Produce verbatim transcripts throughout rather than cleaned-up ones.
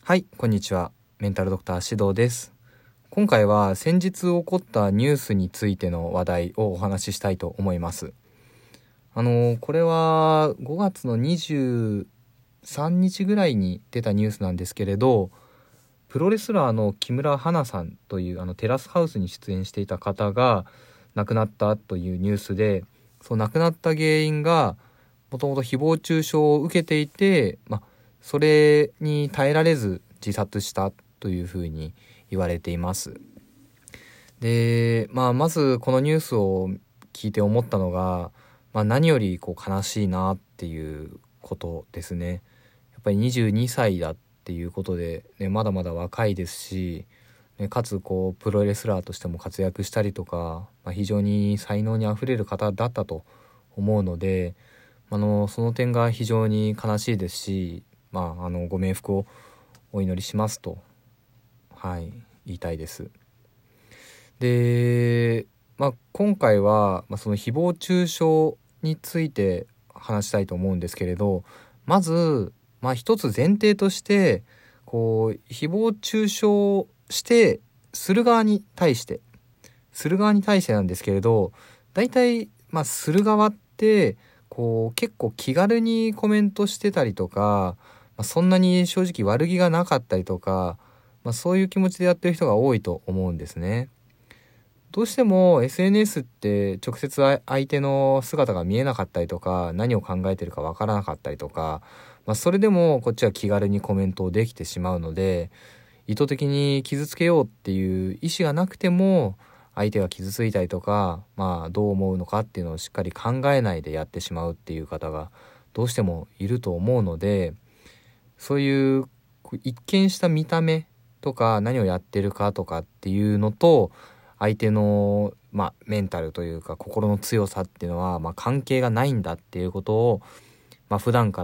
はい、こんにちは。メンタルドクター志堂です。今回は先日起こったニュースについての話題をお話ししたいと思います。あのこれはごがつのにじゅうさんにちぐらいに出たニュースなんですけれど、プロレスラーの木村花さんというあのテラスハウスに出演していた方が亡くなったというニュースで、その亡くなった原因がもともと誹謗中傷を受けていて、まあ、それに耐えられず自殺したというふうに言われています。で、まあ、まずこのニュースを聞いて思ったのが、まあ、何よりこう悲しいなっていうことですね。やっぱりにじゅうにさいだっていうことで、ね、まだまだ若いですし、ね、かつこうプロレスラーとしても活躍したりとか、まあ、非常に才能にあふれる方だったと思うので、あのその点が非常に悲しいですし、まあ、あのご冥福をお祈りしますと、はい、言いたいです。で、まあ、今回は、まあ、その誹謗中傷について話したいと思うんですけれど、まず、まあ、一つ前提としてこう誹謗中傷してする側に対してする側に対してなんですけれど、大体、まあ、する側ってこう結構気軽にコメントしてたりとか、まあ、そんなに正直悪気がなかったりとか、まあ、そういう気持ちでやってる人が多いと思うんですね。どうしても エスエヌエス って直接相手の姿が見えなかったりとか、何を考えてるかわからなかったりとか、まあ、それでもこっちは気軽にコメントをできてしまうので、意図的に傷つけようっていう意思がなくても相手が傷ついたりとか、まあどう思うのかっていうのをしっかり考えないでやってしまうっていう方がどうしてもいると思うので、そういう一見した見た目とか何をやってるかとかっていうのと相手の、まあ、メンタルというか心の強さっていうのは、まあ、関係がないんだっていうことを、まあ、普段から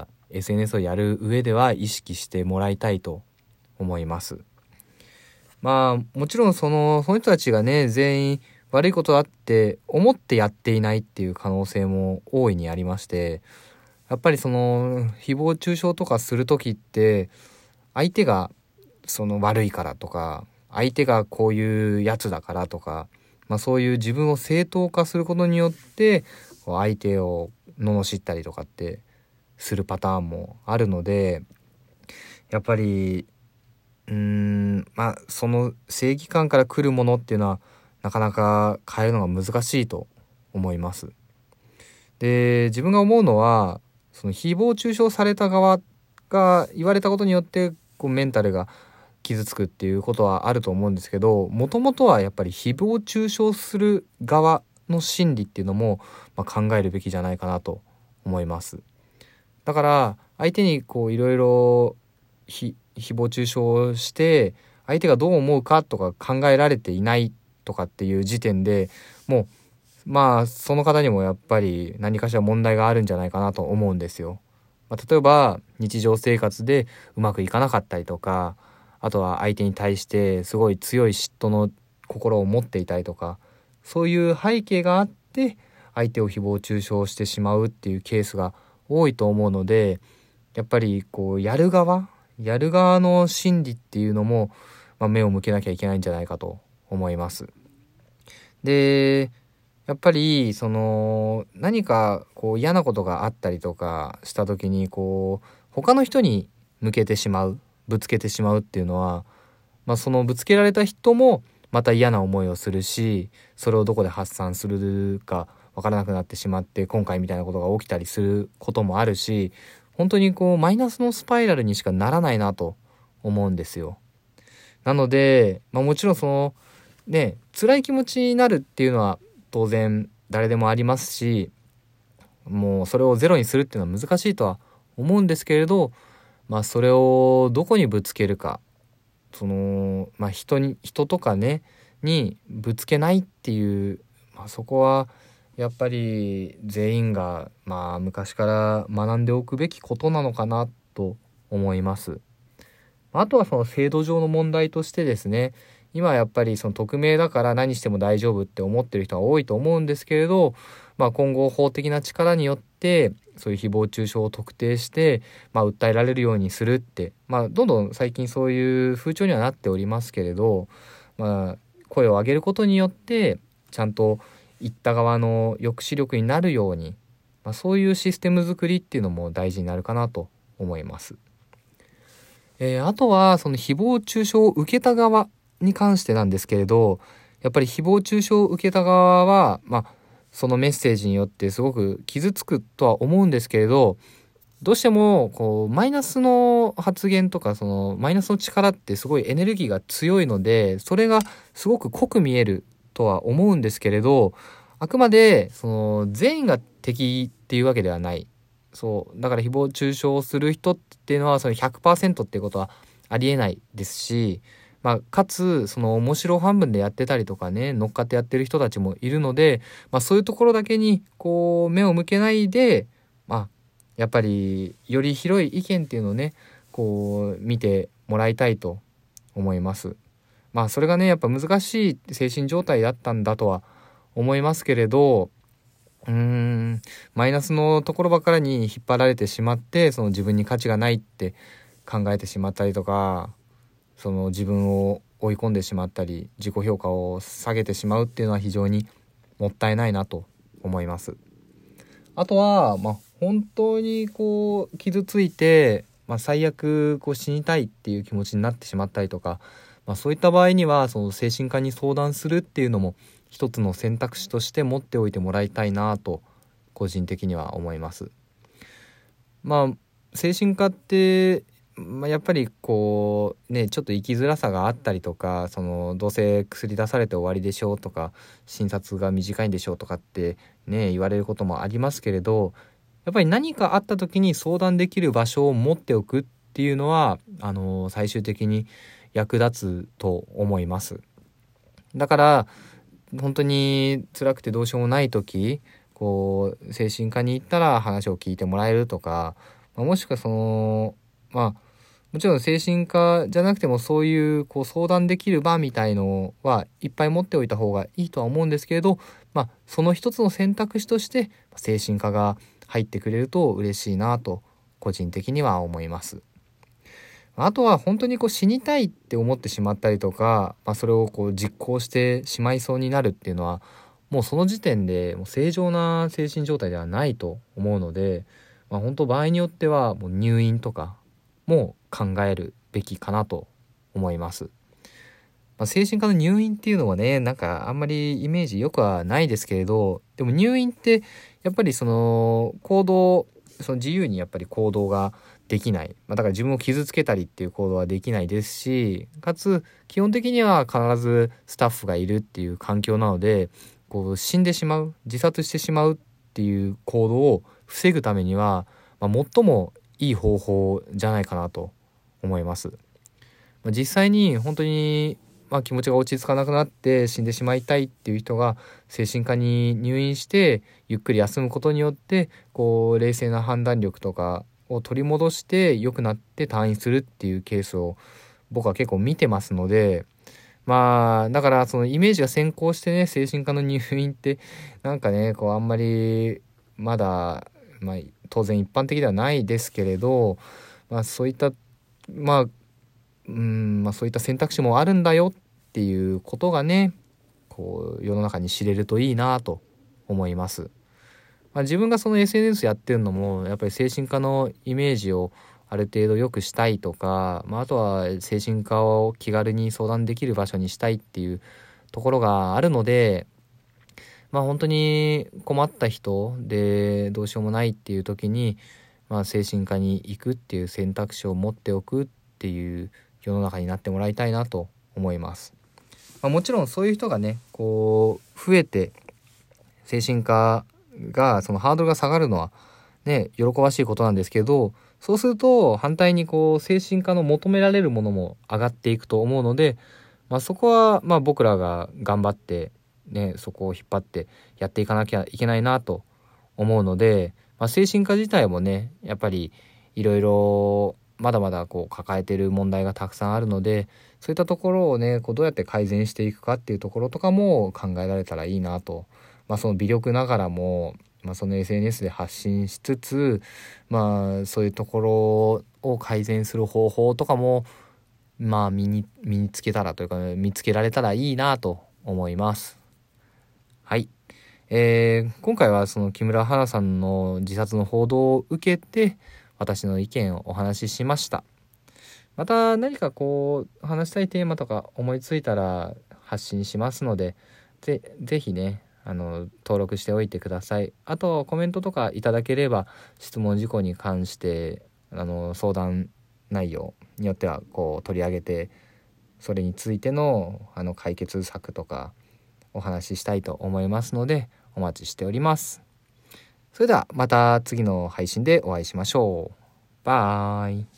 エスエヌエス をやる上では意識してもらいたいと思います。まあもちろんそのその人たちがね全員悪いことだって思ってやっていないっていう可能性も大いにありまして、やっぱりその誹謗中傷とかする時って相手がその悪いからとか、相手がこういうやつだからとか、まあ、そういう自分を正当化することによって相手を罵ったりとかってするパターンもあるので、やっぱりうーんまあその正義感から来るものっていうのはなかなか変えるのが難しいと思います。で、自分が思うのはその誹謗中傷された側が言われたことによってこうメンタルが傷つくっていうことはあると思うんですけど、もともとはやっぱり誹謗中傷する側の心理っていうのも、まあ、考えるべきじゃないかなと思います。だから相手にこういろいろ誹謗中傷をして相手がどう思うかとか考えられていないとかっていう時点でもうまあその方にもやっぱり何かしら問題があるんじゃないかなと思うんですよ。まあ、例えば日常生活でうまくいかなかったりとか、あとは相手に対してすごい強い嫉妬の心を持っていたりとか、そういう背景があって相手を誹謗中傷してしまうっていうケースが多いと思うので、やっぱりこうやる側やる側の心理っていうのも、まあ、目を向けなきゃいけないんじゃないかと思います。で、やっぱりその何かこう嫌なことがあったりとかした時にこう他の人に向けてしまう、ぶつけてしまうっていうのは、まあ、そのぶつけられた人もまた嫌な思いをするし、それをどこで発散するかわからなくなってしまって今回みたいなことが起きたりすることもあるし、本当にこうマイナスのスパイラルにしかならないなと思うんですよ。なので、まあ、もちろんそのね辛い気持ちになるっていうのは当然誰でもありますし、もうそれをゼロにするっていうのは難しいとは思うんですけれど、まあそれをどこにぶつけるか、そのまあ人に人とかねにぶつけないっていう、まあ、そこはやっぱり全員がまあ昔から学んでおくべきことなのかなと思います。あとはその制度上の問題としてですね、今やっぱりその匿名だから何しても大丈夫って思ってる人が多いと思うんですけれど、まあ、今後法的な力によっってそういう誹謗中傷を特定して、まあ、訴えられるようにするって、まあ、どんどん最近そういう風潮にはなっておりますけれど、まあ、声を上げることによってちゃんと言った側の抑止力になるように、まあ、そういうシステム作りっていうのも大事になるかなと思います。えー、あとはその誹謗中傷を受けた側に関してなんですけれど、やっぱり誹謗中傷を受けた側は、まあ、そのメッセージによってすごく傷つくとは思うんですけれど、どうしてもこうマイナスの発言とかそのマイナスの力ってすごいエネルギーが強いので、それがすごく濃く見えるとは思うんですけれど、あくまでその全員が敵っていうわけではない。そうだから誹謗中傷をする人っていうのはその ひゃくパーセント っていうことはありえないですし、まあ、かつその面白半分でやってたりとかね、乗っかってやってる人たちもいるので、まあ、そういうところだけにこう目を向けないで、まあ、やっぱりより広い意見っていうのをねこう見てもらいたいと思います。まあそれがねやっぱ難しい精神状態だったんだとは思いますけれど、うーんマイナスのところばかりに引っ張られてしまって、その自分に価値がないって考えてしまったりとか、その自分を追い込んでしまったり自己評価を下げてしまうっていうのは非常にもったいないなと思います。あとは、まあ、本当にこう傷ついて、まあ、最悪こう死にたいっていう気持ちになってしまったりとか、まあ、そういった場合にはその精神科に相談するっていうのも一つの選択肢として持っておいてもらいたいなと個人的には思います。まあ精神科って、まあ、やっぱりこうねちょっと生きづらさがあったりとか、そのどうせ薬出されて終わりでしょうとか診察が短いんでしょうとかってね言われることもありますけれど、やっぱり何かあった時に相談できる場所を持っておくっていうのはあの最終的に役立つと思います。だから本当に辛くてどうしようもない時、こう精神科に行ったら話を聞いてもらえるとか、まあ、もしくはそのまあもちろん精神科じゃなくてもそういうこう相談できる場みたいのはいっぱい持っておいた方がいいとは思うんですけれど、まあその一つの選択肢として精神科が入ってくれると嬉しいなと個人的には思います。あとは本当にこう死にたいって思ってしまったりとか、まあ、それをこう実行してしまいそうになるっていうのはもうその時点でもう正常な精神状態ではないと思うので、まあ、本当場合によってはもう入院とかも考えるべきかなと思います。まあ、精神科の入院っていうのはねなんかあんまりイメージ良くはないですけれど、でも入院ってやっぱりその行動その自由にやっぱり行動ができない、まあ、だから自分を傷つけたりっていう行動はできないですし、かつ基本的には必ずスタッフがいるっていう環境なので、こう死んでしまう自殺してしまうっていう行動を防ぐためには、まあ、最もいい方法じゃないかなと思います。まあ、実際に本当にまあ気持ちが落ち着かなくなって死んでしまいたいっていう人が精神科に入院してゆっくり休むことによってこう冷静な判断力とかを取り戻して良くなって退院するっていうケースを僕は結構見てますので、まあだからそのイメージが先行してね精神科の入院ってなんかねこうあんまりまだ、まあ、当然一般的ではないですけれど、まあそういったまあうんまあそういった選択肢もあるんだよっていうことがねこう世の中に知れるといいなと思います。まあ、自分がその エスエヌエス やってるのもやっぱり精神科のイメージをある程度良くしたいとか、まあ、あとは精神科を気軽に相談できる場所にしたいっていうところがあるので、まあ本当に困った人でどうしようもないっていう時に、まあ、精神科に行くっていう選択肢を持っておくっていう世の中になってもらいたいなと思います。まあ、もちろんそういう人がねこう増えて精神科がそのハードルが下がるのはね喜ばしいことなんですけど、そうすると反対にこう精神科の求められるものも上がっていくと思うので、まあ、そこはまあ僕らが頑張ってねそこを引っ張ってやっていかなきゃいけないなと思うので、まあ、精神科自体もねやっぱりいろいろまだまだこう抱えてる問題がたくさんあるので、そういったところをねこうどうやって改善していくかっていうところとかも考えられたらいいなと、まあ、その微力ながらもまあ、その エスエヌエス で発信しつつ、まあそういうところを改善する方法とかもまあ身に身につけたらというか見つけられたらいいなと思います。はい、えー、今回はその木村花さんの自殺の報道を受けて私の意見をお話ししました。また何かこう話したいテーマとか思いついたら発信しますので、ぜぜひねあの登録しておいてください。あとコメントとかいただければ質問事項に関してあの相談内容によってはこう取り上げて、それについてのあの解決策とかお話ししたいと思いますのでお待ちしております。それではまた次の配信でお会いしましょう。バイ。